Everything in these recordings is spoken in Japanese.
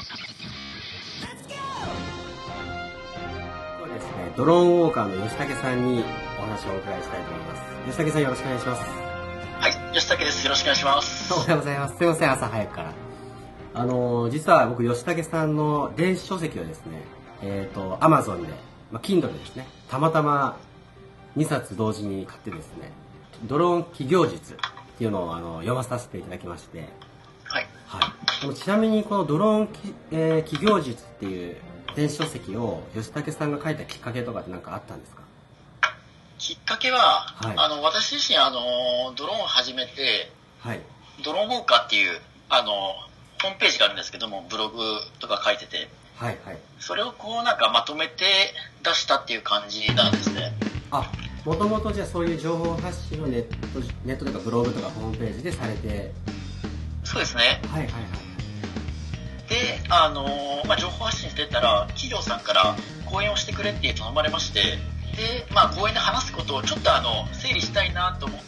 今日ですね、ドローンウォーカーの吉武さんにお話をお伺いしたいと思います。吉武さん、よろしくお願いします。 はい、吉武です。よろしくお願いします。 おはようございます。すいません、朝早くから。実は僕、吉武さんの電子書籍をですね、Amazon で、Kindle ですね、たまたま2冊同時に買ってですね、ドローン企業術っていうのを読まさせていただきまして、 はい。 はい。ちなみにこのドローン企業術っていう電子書籍を吉武さんが書いたきっかけとかって何かあったんですか？ きっかけは、 はい、 私自身ドローンを始めて、 はい、 ドローンウォーカーっていうホームページがあるんですけども、ブログとか書いてて、 はいはい、 それをこうなんかまとめて出したっていう感じなんですね。 あ、もともとじゃあそういう情報発信をネットとかブログとかホームページでされて。 そうですね。 はいはいはい。 で、情報発信してたら企業さんから講演をしてくれって頼まれまして、で、講演で話すことをちょっと整理したいなと思って、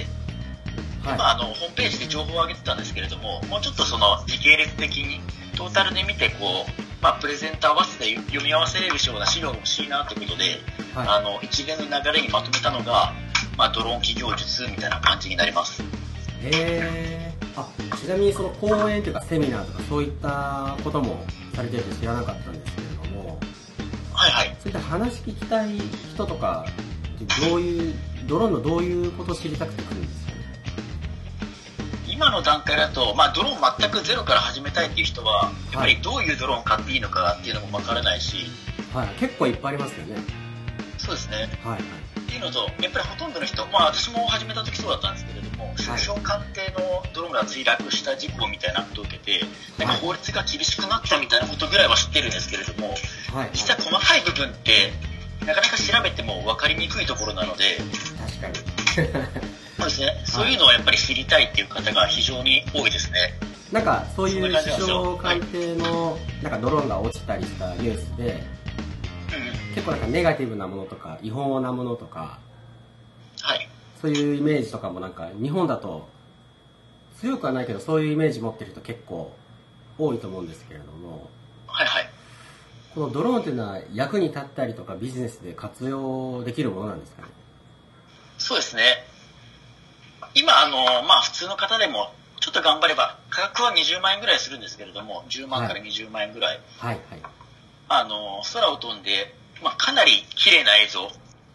はい、ホームページで情報を上げてたんですけれども、もうちょっとその時系列的にトータルで見てこう、プレゼント合わせて読み合わせれるような資料が欲しいなということで、はい、一連の流れにまとめたのが、ドローン企業術みたいな感じになります。 へー。あ、ちなみにその講演というかセミナーとかそういったこともされてるって知らなかったんですけれども、 はいはい。 そういった話聞きたい人とか、ドローンのどういうことを知りたくて来るんですかね？ 今の段階だと、ドローン全くゼロから始めたいっていう人は、やっぱりどういうドローンを買っていいのかっていうのもわからないし、 はい、結構いっぱいありますよね。 そうですね。 はいはい。 っていうのと、やっぱりほとんどの人、私も始めた時そうだったんですけれども、首相官邸のドローンが墜落した事故みたいなことを受けて、なんか法律が厳しくなったみたいなことぐらいは知ってるんですけれども、はい、実は細かい部分ってなかなか調べても分かりにくいところなので、 確かにそうですね、そういうのをやっぱり知りたいっていう方が非常に多いですね。 なんかそういう首相官邸のなんかドローンが落ちたりしたニュースで、結構なんかネガティブなものとか違法なものとか、 はい、 そういうイメージとかもなんか日本だと強くはないけどそういうイメージ持ってる人結構多いと思うんですけれども、 はいはい、 このドローンっていうのは役に立ったりとかビジネスで活用できるものなんですかね？ そうですね。今普通の方でもちょっと頑張れば価格は20万円ぐらいするんですけれども、10万から20万円ぐらい、 はいはいはい、空を飛んで、かなり綺麗な映像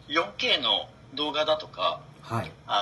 4K の動画だとか、はい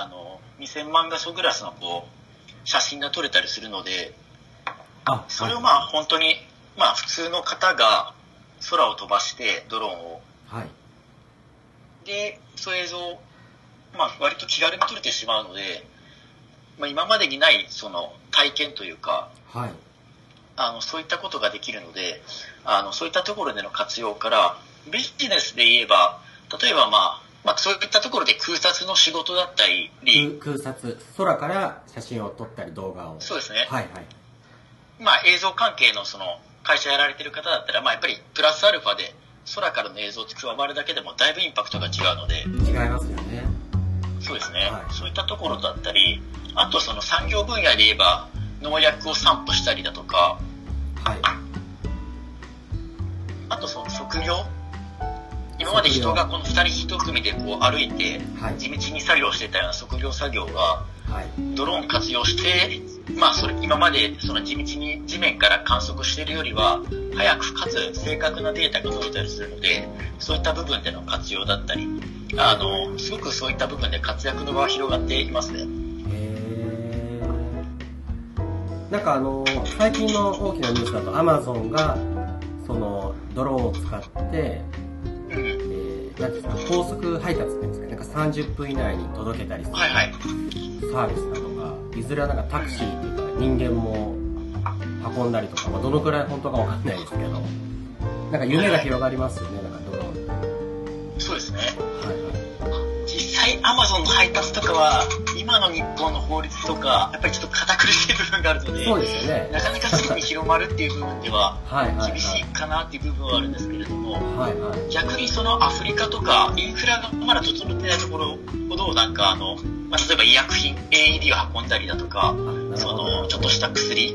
、2000万画素グラスのこう写真が撮れたりするので、それを本当に普通の方が空を飛ばしてドローンを、はい、でそういう映像を割と気軽に撮れてしまうので、今までにないその体験というか、はい、そういったことができるので、そういったところでの活用からビジネスで言えば、例えばそういったところで空撮の仕事だったり、 空撮、空から写真を撮ったり動画を、 そうですね、 はいはい、 映像関係のその会社やられてる方だったら、やっぱりプラスアルファで空からの映像って加わるだけでもだいぶインパクトが違うので、 違いますよね。 そうですね、はい、そういったところだったり、あとその産業分野で言えば農薬を散布したりだとか、はい、あとその測量、今まで人がこの2人1組でこう歩いて地道に作業してたような測量作業がドローン活用して、それ今までその地道に地面から観測しているよりは早くかつ正確なデータが取れたりするので、そういった部分での活用だったり、すごくそういった部分で活躍の場が広がっていますね。 なんか最近の大きなニュースだと Amazon がそのドローンを使ってなんですか、高速配達っていうんですか、なんか30分以内に届けたりするサービスだとか、いずれはなんかタクシーっていうか人間も運んだりとか、どのくらい本当かわかんないですけど、なんか夢が広がりますよね、なんかドローン。 そうですね。実際 Amazon の配達とかは今の日本の法律とかやっぱりちょっと堅苦しい部分があるので、 そうですよね、 なかなかすぐに広まるっていう部分では厳しいかなっていう部分はあるんですけれども、逆にそのアフリカとかインフラがまだ整ってないところほどなんか例えば医薬品 AED を運んだりだとか、そのちょっとした薬を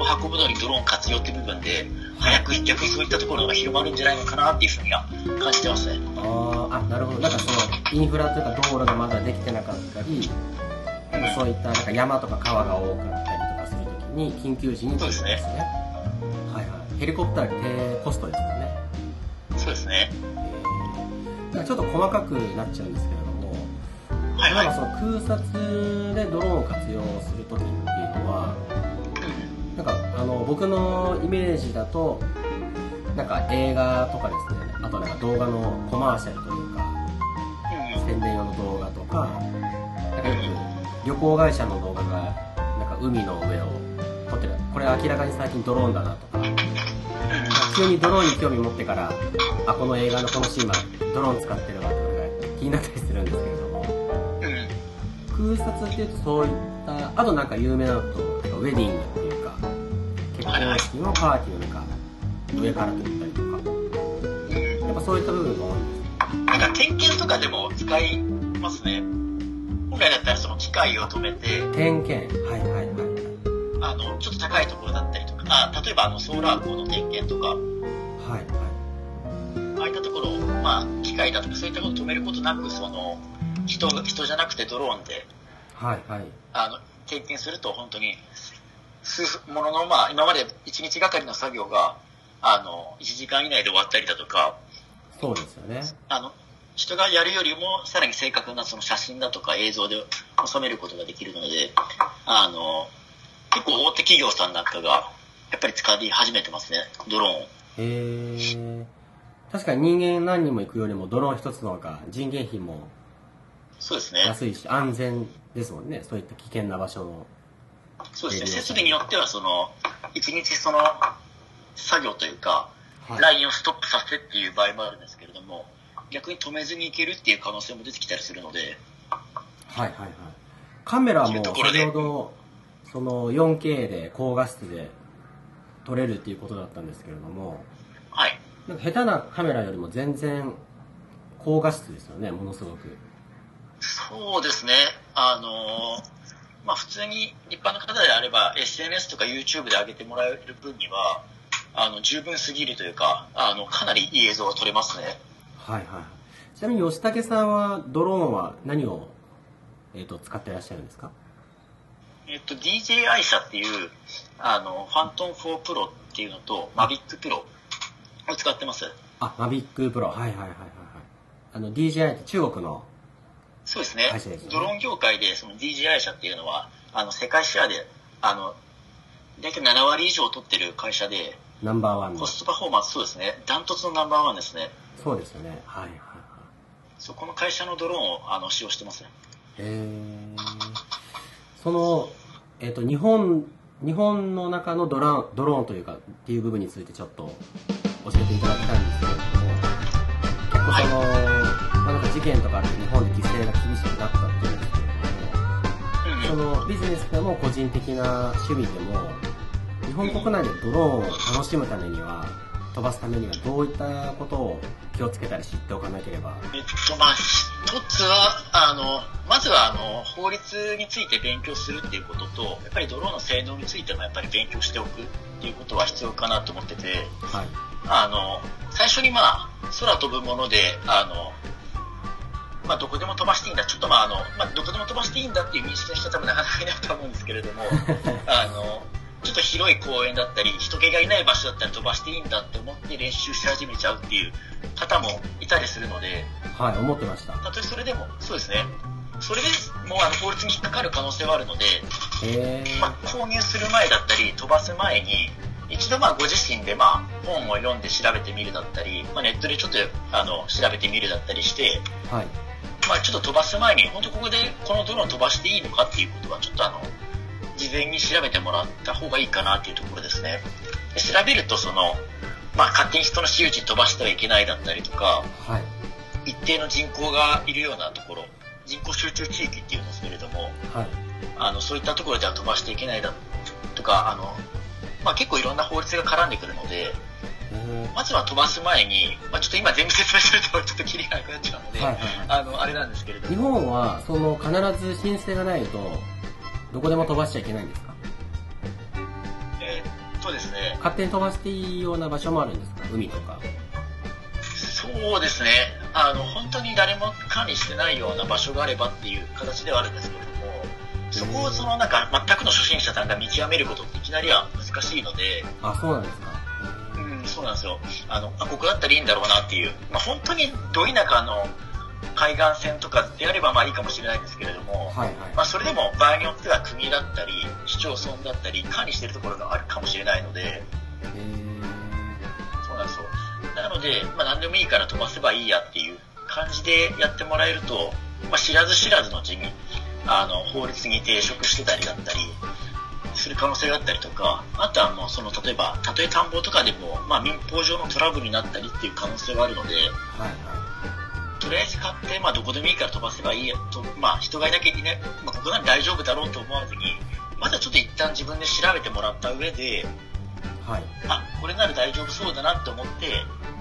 を運ぶのにドローン活用って部分で、早く逆にそういったところが広まるんじゃないのかなっていうふうには感じてますね。 なるほど。なんかそのインフラというか道路がまだできてなかったり、そういったなんか山とか川が多かったりとかするときに緊急時にそうですね。 はいはい。ヘリコプター低コストですよね。 そうですね。 ちょっと細かくなっちゃうんですけれども、 はいはい、 なんかその空撮でドローンを活用するときっていうのは、なんか僕のイメージだとなんか映画とかですね、あとなんか動画のコマーシャルというか、宣伝用の動画とか、なんかよく旅行会社の動画がなんか海の上を撮ってる、これ明らかに最近ドローンだなとか、急にドローンに興味持ってから、この映画のこのシーンはドローン使ってるわとか気になったりするんですけれども、空撮っていうとそういった、あとなんか有名なのとウェディングっていうか、結婚式のパーティーのなんか上から撮ったりとか、やっぱそういった部分が多いんです。 なんか点検とかでも使いますね。本来だったらその機械を止めて点検、はいはいはい、 ちょっと高いところだったりとか、例えばソーラー光の点検とか、 はいはい、 ああいったところを、機械だとかそういったことを止めることなく、その人じゃなくてドローンで、 はいはい、 点検すると本当にものの、今まで1日がかりの作業が1時間以内で終わったりだとか、 そうですよね。 人がやるよりもさらに正確なその写真だとか映像で収めることができるので、結構大手企業さんなんかがやっぱり使い始めてますね、ドローン。確かに人間何人も行くよりもドローン一つの方が人件費もそうですね、 安いし安全ですもんね。そういった危険な場所の。 そうですね、設備によってはその1日その作業というか、はい、ラインをストップさせてっていう場合もあるんですけれども、逆に止めずに行けるっていう可能性も出てきたりするので、 はいはいはい。カメラも先ほどその 4K で高画質で撮れるっていうことだったんですけれども、 はい。 なんか下手なカメラよりも全然高画質ですよね、ものすごく。 そうですね。普通に一般の方であれば SNS とか YouTube で上げてもらえる分には十分すぎるというか、かなりいい映像が撮れますね。 はいはい。ちなみに吉武さんはドローンは何を、使っていらっしゃるんですか ？DJI 社っていうファントム4 Pro っていうのと Mavic Pro を使ってます。 Mavic Pro、はいはいはいはい。DJI って中国のそうですね。ドローン業界でその DJI 社っていうのは世界シェアで大体7割以上取ってる会社で、 ナンバーワンのコストパフォーマンス、そうですね、ダントツのナンバーワンですね。 そうですよね。はいはいはい。 そこの会社のドローンを使用してますね。 その日本の中のドローンというかっていう部分についてちょっと教えていただきたいんですけれども、結構その、なんか事件とかあって日本で規制が厳しくなったっていうんですけれども、そのビジネスでも個人的な趣味でも日本国内でドローンを楽しむためには、飛ばすためにはどういったことを気をつけたり知っておかなければ。 一つはまずは法律について勉強するっていうことと、やっぱりドローンの性能についてもやっぱり勉強しておくっていうことは必要かなと思ってて、 はい、 最初に空飛ぶものでどこでも飛ばしていいんだ、ちょっとどこでも飛ばしていいんだっていう認識の人は多分なかなかいないと思うんですけれどもちょっと広い公園だったり人気がいない場所だったら飛ばしていいんだって思って練習し始めちゃうっていう方もいたりするので、 はい、思ってました。 たとえそれでも、そうですね、それでもう法律に引っかかる可能性はあるので、購入する前だったり飛ばす前に一度ご自身で本を読んで調べてみるだったり、ネットでちょっと調べてみるだったりして、 はい、 ちょっと飛ばす前に本当ここでこのドローン飛ばしていいのかっていうことはちょっと事前に調べてもらった方がいいかなっていうところですね。で調べると勝手に人の私有地に飛ばしてはいけないだったりとか、 はい、 一定の人口がいるようなところ、人口集中地域っていうんですけれども、 はい、 そういったところでは飛ばしていけないだとか結構いろんな法律が絡んでくるので、まずは飛ばす前に、ちょっと今全部説明するとちょっとキリがなくなっちゃうので、はいはいはい、あれなんですけれども、 日本は必ず申請がないとどこでも飛ばしちゃいけないんですか？ 勝手に飛ばしていいような場所もあるんですか？海とか。 そうですね。本当に誰も管理してないような場所があればっていう形ではあるんですけれども、そこをなんか全くの初心者さんが見極めることっていきなりは難しいので。 あ、そうなんですか。 そうなんですよ。ここだったらいいんだろうなっていう。本当にど田舎の海岸線とかであればいいかもしれないんですけれども、それでも場合によっては国だったり市町村だったり管理しているところがあるかもしれないので、そうなんですよ。なので、何でもいいから飛ばせばいいやっていう感じでやってもらえると、知らず知らずのうちに法律に抵触してたりだったりする可能性があったりとか、あとはもう例えばたとえ田んぼとかでも、民法上のトラブルになったりっていう可能性があるので、とりあえず買って、どこでもいいから飛ばせばいいやと、人がいなきゃいけない、ここなら大丈夫だろうと思わずに、まずはちょっと一旦自分で調べてもらった上で、これなら大丈夫そうだなって思って、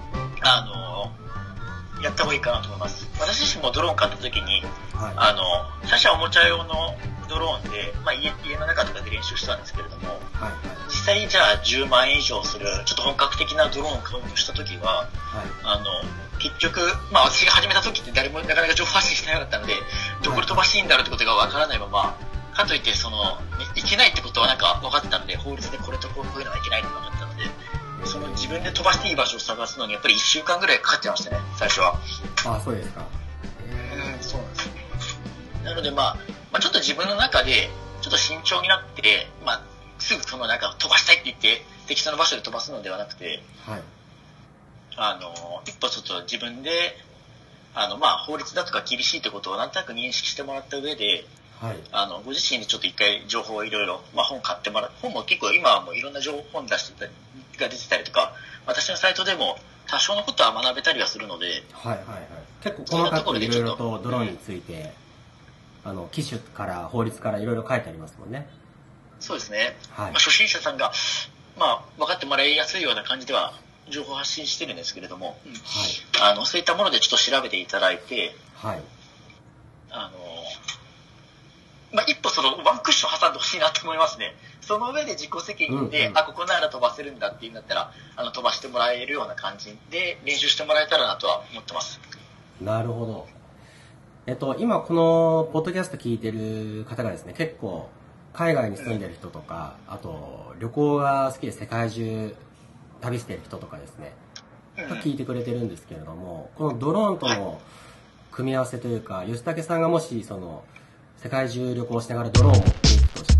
やった方がいいかなと思います。私自身もドローン買った時に、他社おもちゃ用のドローンで、家の中とかで練習したんですけれども、実際にじゃあ10万円以上するちょっと本格的なドローンを買おうとした時は、結局、私が始めた時って誰もなかなか情報発信してなかったので、どこで飛ばしていいんだろうってことがわからないまま、かといっていけないってことはなんか分かってたので、法律でこれとこういうのはいけないって分かったので、自分で飛ばしていい場所を探すのにやっぱり1週間ぐらいかかっちゃいましたね、最初は。 あ、そうですか。 そうなんですよ。なのでちょっと自分の中でちょっと慎重になって、すぐなんか飛ばしたいって言って適当な場所で飛ばすのではなくて、一歩ちょっと自分で法律だとか厳しいってことをなんとなく認識してもらった上で、ご自身でちょっと一回情報をいろいろ本買ってもらう。本も結構今はもういろんな情報本出してたりが出てたりとか、私のサイトでも多少のことは学べたりはするので、 結構細かくいろいろとドローンについて、機種から法律からいろいろ書いてありますもんね。 そうですね。初心者さんが分かってもらいやすいような感じでは情報発信してるんですけれども、そういったものでちょっと調べていただいて、一歩ワンクッション挟んでほしいなと思いますね。その上で自己責任で、ここなら飛ばせるんだっていうんだったら、飛ばしてもらえるような感じで練習してもらえたらなとは思ってます。 なるほど。今このポッドキャスト聞いてる方がですね、結構海外に住んでる人とか、あと旅行が好きで世界中旅してる人とかですね、聞いてくれてるんですけれども、このドローンとの組み合わせというか、吉武さんがもし世界中旅行しながらドローンを持っていくとして、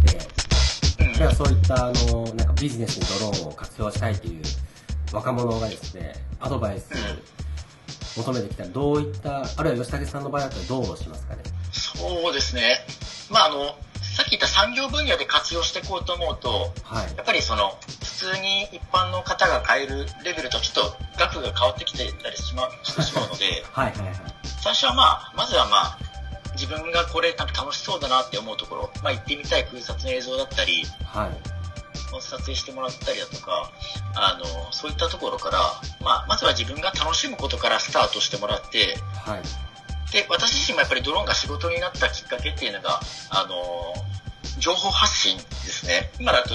じゃあそういったなんかビジネスにドローンを活用したいという若者がですね、アドバイス求めてきたらどういった、あるいは吉武さんの場合だったらどうしますかね？ そうですね。さっき言った産業分野で活用していこうと思うと、やっぱり普通に一般の方が買えるレベルとちょっと額が変わってきてたりしてしまうので、最初はまずは自分がこれ楽しそうだなって思うところ、行ってみたい空撮の映像だったり、撮影してもらったりだとか、そういったところから、まずは自分が楽しむことからスタートしてもらって、で、私自身もやっぱりドローンが仕事になったきっかけっていうのが、情報発信ですね。今だと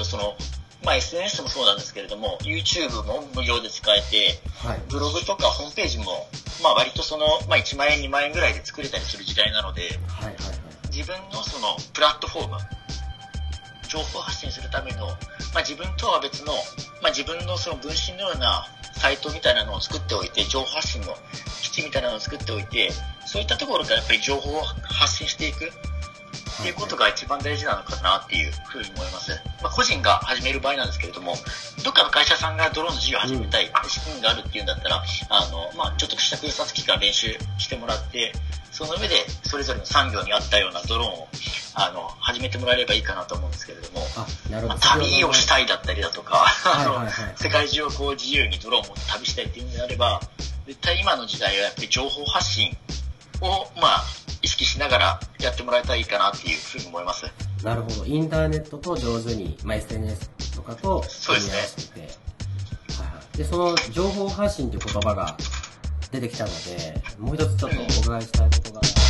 SNS もそうなんですけれども、YouTube も無料で使えて、ブログとかホームページも、割と1万円、2万円ぐらいで作れたりする時代なので、自分のプラットフォーム、情報発信するための、自分とは別の、自分の分身のようなサイトみたいなのを作っておいて、情報発信の基地みたいなのを作っておいて、そういったところからやっぱり情報を発信していくっていうことが一番大事なのかなっていうふうに思います。個人が始める場合なんですけれども、どっかの会社さんがドローンの事業を始めたい、資金があるっていうんだったら、ちょっとした空撮期間練習してもらって、その上でそれぞれの産業に合ったようなドローンを始めてもらえればいいかなと思うんですけれども、旅をしたいだったりだとか、世界中を自由にドローンを旅したいっていうんであれば、絶対今の時代はやっぱり情報発信を意識しながらやってもらえたらいいかなっていうふうに思います。 なるほど。インターネットと上手に、SNS とかと組み合わせて、で、その情報発信という言葉が出てきたので、もう一つちょっとお伺いしたいことが